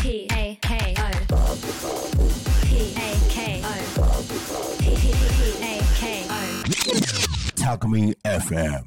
Talkme FM。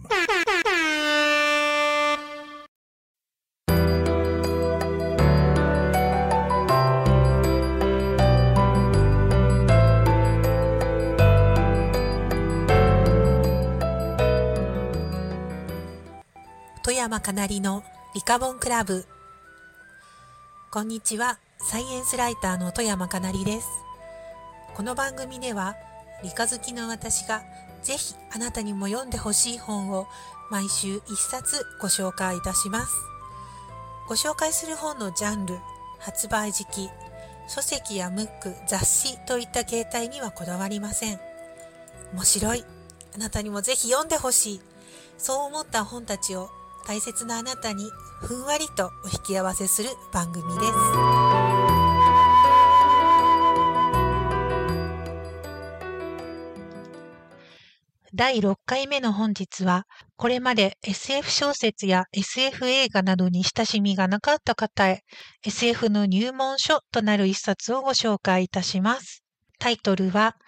富山かなりのリカボンクラブ。こんにちは、サイエンスライターの富山かなりです。この番組では理科好きの私がぜひあなたにも読んでほしい本を毎週一冊ご紹介いたします。ご紹介する本のジャンル、発売時期、書籍やムック、雑誌といった形態にはこだわりません。面白い、あなたにもぜひ読んでほしい、そう思った本たちを大切なあなたにふんわりとお引き合わせする番組です。第6回目の本日は、これまで SF 小説や SF 映画などに親しみがなかった方へ SF の入門書となる一冊をご紹介いたします。タイトルは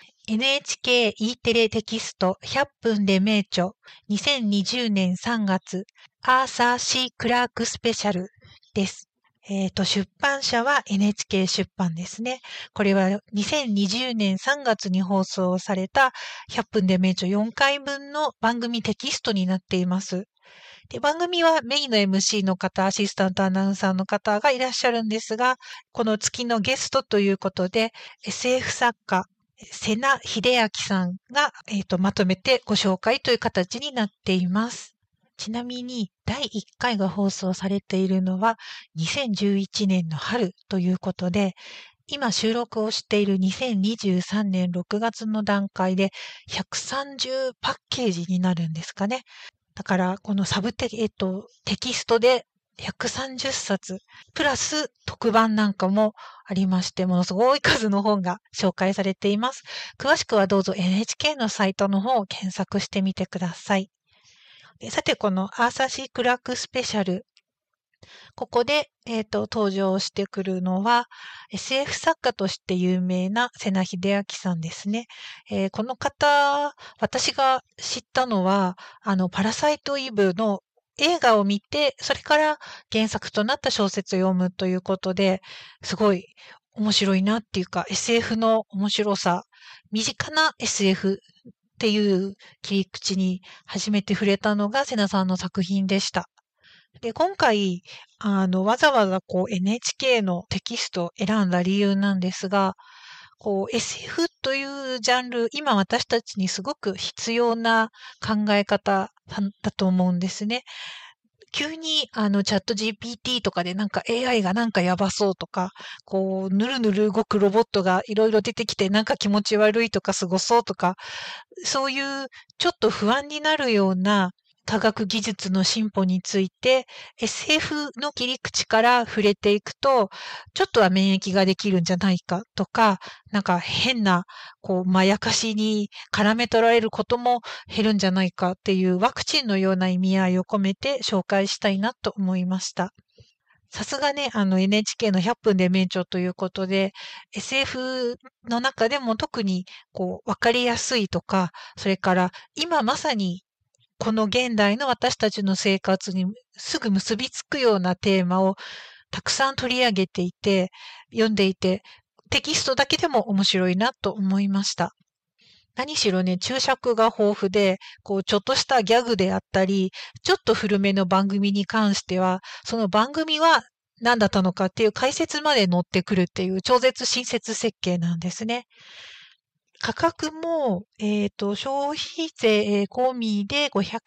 NHKE テレテキスト100分で名著2020年3月アーサー・C・クラークスペシャルです。出版社は NHK 出版ですね。これは2020年3月に放送された100分で名著4回分の番組テキストになっています。で、番組はメインの MC の方、アシスタントアナウンサーの方がいらっしゃるんですが、この月のゲストということで SF 作家、瀬名秀明さんが、まとめてご紹介という形になっています。ちなみに第1回が放送されているのは2011年の春ということで、今収録をしている2023年6月の段階で130パッケージになるんですかね。だからこのテキストで130冊プラス特番なんかもありまして、ものすごい数の本が紹介されています。詳しくはどうぞ NHK のサイトの方を検索してみてください。さて、このアーサー・シー・クラークスペシャル、ここで、登場してくるのは SF 作家として有名な瀬名秀明さんですね。この方、私が知ったのはパラサイト・イブの映画を見て、それから原作となった小説を読むということで、すごい面白いなっていうか SF の面白さ、身近な SFっていう切り口に初めて触れたのが瀬名さんの作品でした。で、今回、わざわざNHK のテキストを選んだ理由なんですが、SF というジャンル、今私たちにすごく必要な考え方だと思うんですね。急にチャット GPT とかでなんか AI がなんかやばそうとか、ぬるぬる動くロボットがいろいろ出てきてなんか気持ち悪いとかすごそうとか、そういうちょっと不安になるような科学技術の進歩について SF の切り口から触れていくと、ちょっとは免疫ができるんじゃないかとか、なんか変なまやかしに絡め取られることも減るんじゃないかっていうワクチンのような意味合いを込めて紹介したいなと思いました。さすがね、NHK の100分で名著ということで、SF の中でも特にわかりやすいとか、それから今まさにこの現代の私たちの生活にすぐ結びつくようなテーマをたくさん取り上げていて、読んでいて、テキストだけでも面白いなと思いました。何しろね、注釈が豊富で、ちょっとしたギャグであったり、ちょっと古めの番組に関しては、その番組は何だったのかっていう解説まで載ってくるっていう超絶親切設計なんですね。価格も、消費税込みで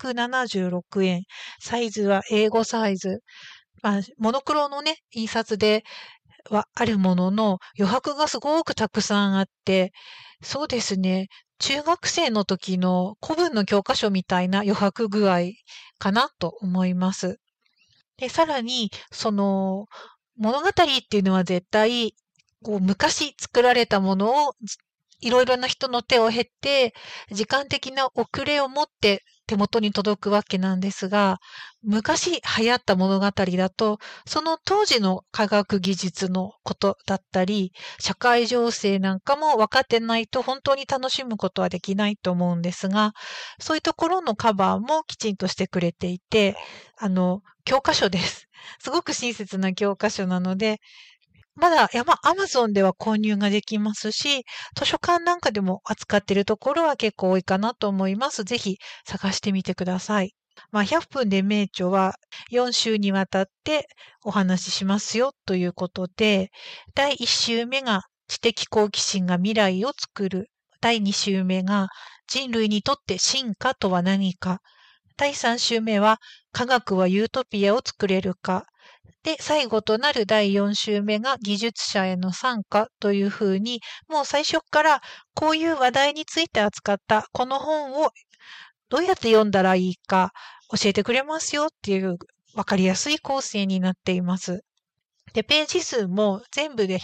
576円。サイズは英語サイズ。モノクロのね、印刷ではあるものの、余白がすごくたくさんあって、そうですね、中学生の時の古文の教科書みたいな余白具合かなと思います。で、さらに、物語っていうのは絶対、昔作られたものをいろいろな人の手を経て、時間的な遅れを持って手元に届くわけなんですが、昔流行った物語だと、その当時の科学技術のことだったり、社会情勢なんかも分かってないと本当に楽しむことはできないと思うんですが、そういうところのカバーもきちんとしてくれていて、教科書です。すごく親切な教科書なので、まだAmazon では購入ができますし、図書館なんかでも扱っているところは結構多いかなと思います。ぜひ探してみてください。100分で名著は4週にわたってお話ししますよということで、第1週目が知的好奇心が未来を作る。第2週目が人類にとって進化とは何か。第3週目は科学はユートピアを作れるか。で、最後となる第4週目が技術者への参加というふうに、もう最初からこういう話題について扱ったこの本をどうやって読んだらいいか教えてくれますよっていうわかりやすい構成になっています。で、ページ数も全部で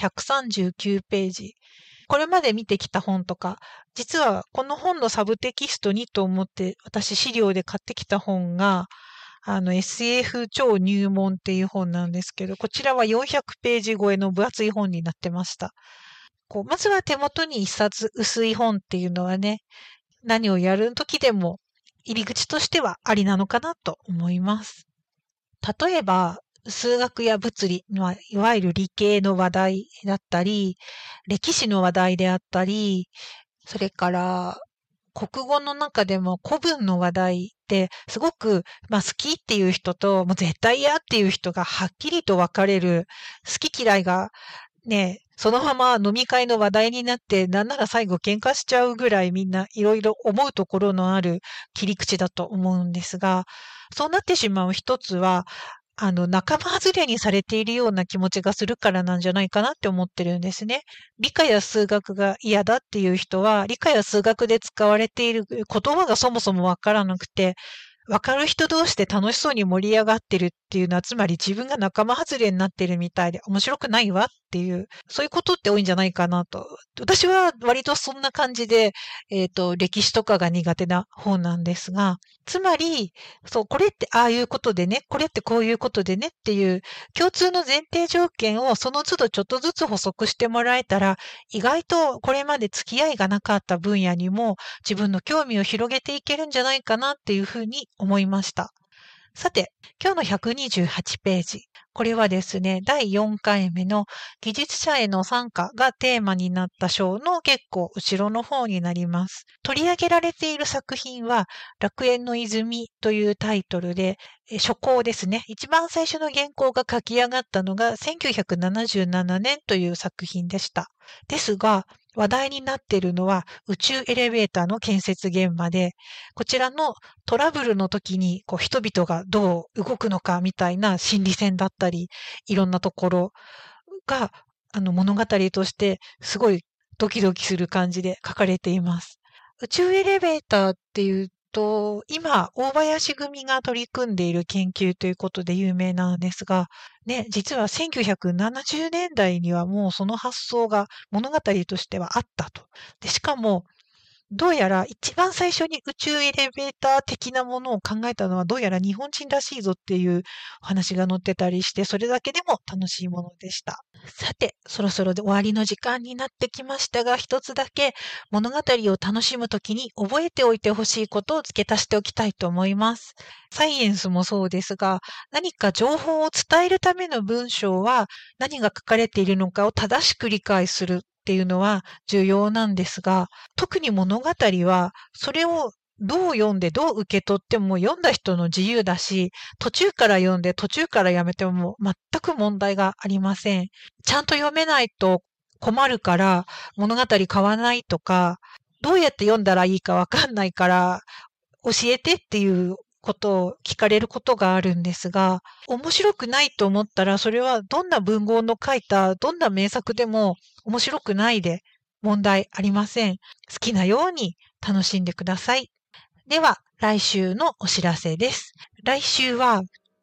139ページ。これまで見てきた本とか、実はこの本のサブテキストにと思って私資料で買ってきた本が、SF 超入門っていう本なんですけど、こちらは400ページ超えの分厚い本になってました。まずは手元に一冊薄い本っていうのはね、何をやる時でも入り口としてはありなのかなと思います。例えば、数学や物理のいわゆる理系の話題だったり、歴史の話題であったり、それから国語の中でも古文の話題ってすごく、好きっていう人ともう絶対嫌っていう人がはっきりと分かれる、好き嫌いがね、そのまま飲み会の話題になって、なんなら最後喧嘩しちゃうぐらいみんないろいろ思うところのある切り口だと思うんですが、そうなってしまう一つは、仲間外れにされているような気持ちがするからなんじゃないかなって思ってるんですね。理科や数学が嫌だっていう人は、理科や数学で使われている言葉がそもそもわからなくて、わかる人同士で楽しそうに盛り上がってるっていうのは、つまり自分が仲間外れになってるみたいで面白くないわっていう、そういうことって多いんじゃないかなと。私は割とそんな感じで、歴史とかが苦手な方なんですが、つまり、そう、これってああいうことでね、これってこういうことでねっていう共通の前提条件をその都度ちょっとずつ補足してもらえたら、意外とこれまで付き合いがなかった分野にも自分の興味を広げていけるんじゃないかなっていうふうに思いました。さて、今日の128ページ。これはですね、第4回目の技術者への参加がテーマになった章の結構後ろの方になります。取り上げられている作品は、楽園の泉というタイトルで、初稿ですね。一番最初の原稿が書き上がったのが1977年という作品でした。ですが、話題になっているのは宇宙エレベーターの建設現場で、こちらのトラブルの時に人々がどう動くのかみたいな心理戦だったり、いろんなところが物語としてすごいドキドキする感じで書かれています。宇宙エレベーターっていうと、今、大林組が取り組んでいる研究ということで有名なんですが、ね、実は1970年代にはもうその発想が物語としてはあったと。で、しかも、どうやら一番最初に宇宙エレベーター的なものを考えたのはどうやら日本人らしいぞっていうお話が載ってたりして、それだけでも楽しいものでした。さて、そろそろで終わりの時間になってきましたが、一つだけ物語を楽しむときに覚えておいてほしいことを付け足しておきたいと思います。サイエンスもそうですが、何か情報を伝えるための文章は何が書かれているのかを正しく理解するっていうのは重要なんですが、特に物語はそれをどう読んでどう受け取っても読んだ人の自由だし、途中から読んで途中からやめても全く問題がありません。ちゃんと読めないと困るから物語買わないとか、どうやって読んだらいいかわかんないから教えてっていうことを聞かれることがあるんですが、面白くないと思ったらそれはどんな文豪の書いたどんな名作でも面白くないで問題ありません。好きなように楽しんでください。では、来週のお知らせです。来週は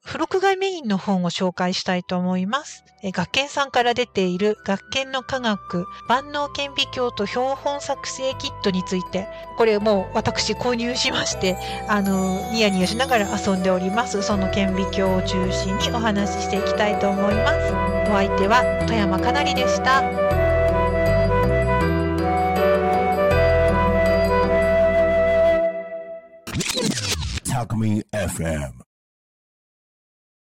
付録外メインの本を紹介したいと思います。学研さんから出ている学研の科学万能顕微鏡と標本作成キットについて、これもう私購入しまして、ニヤニヤしながら遊んでおります。その顕微鏡を中心にお話ししていきたいと思います。お相手は富山かなりでした。 Talk Me FM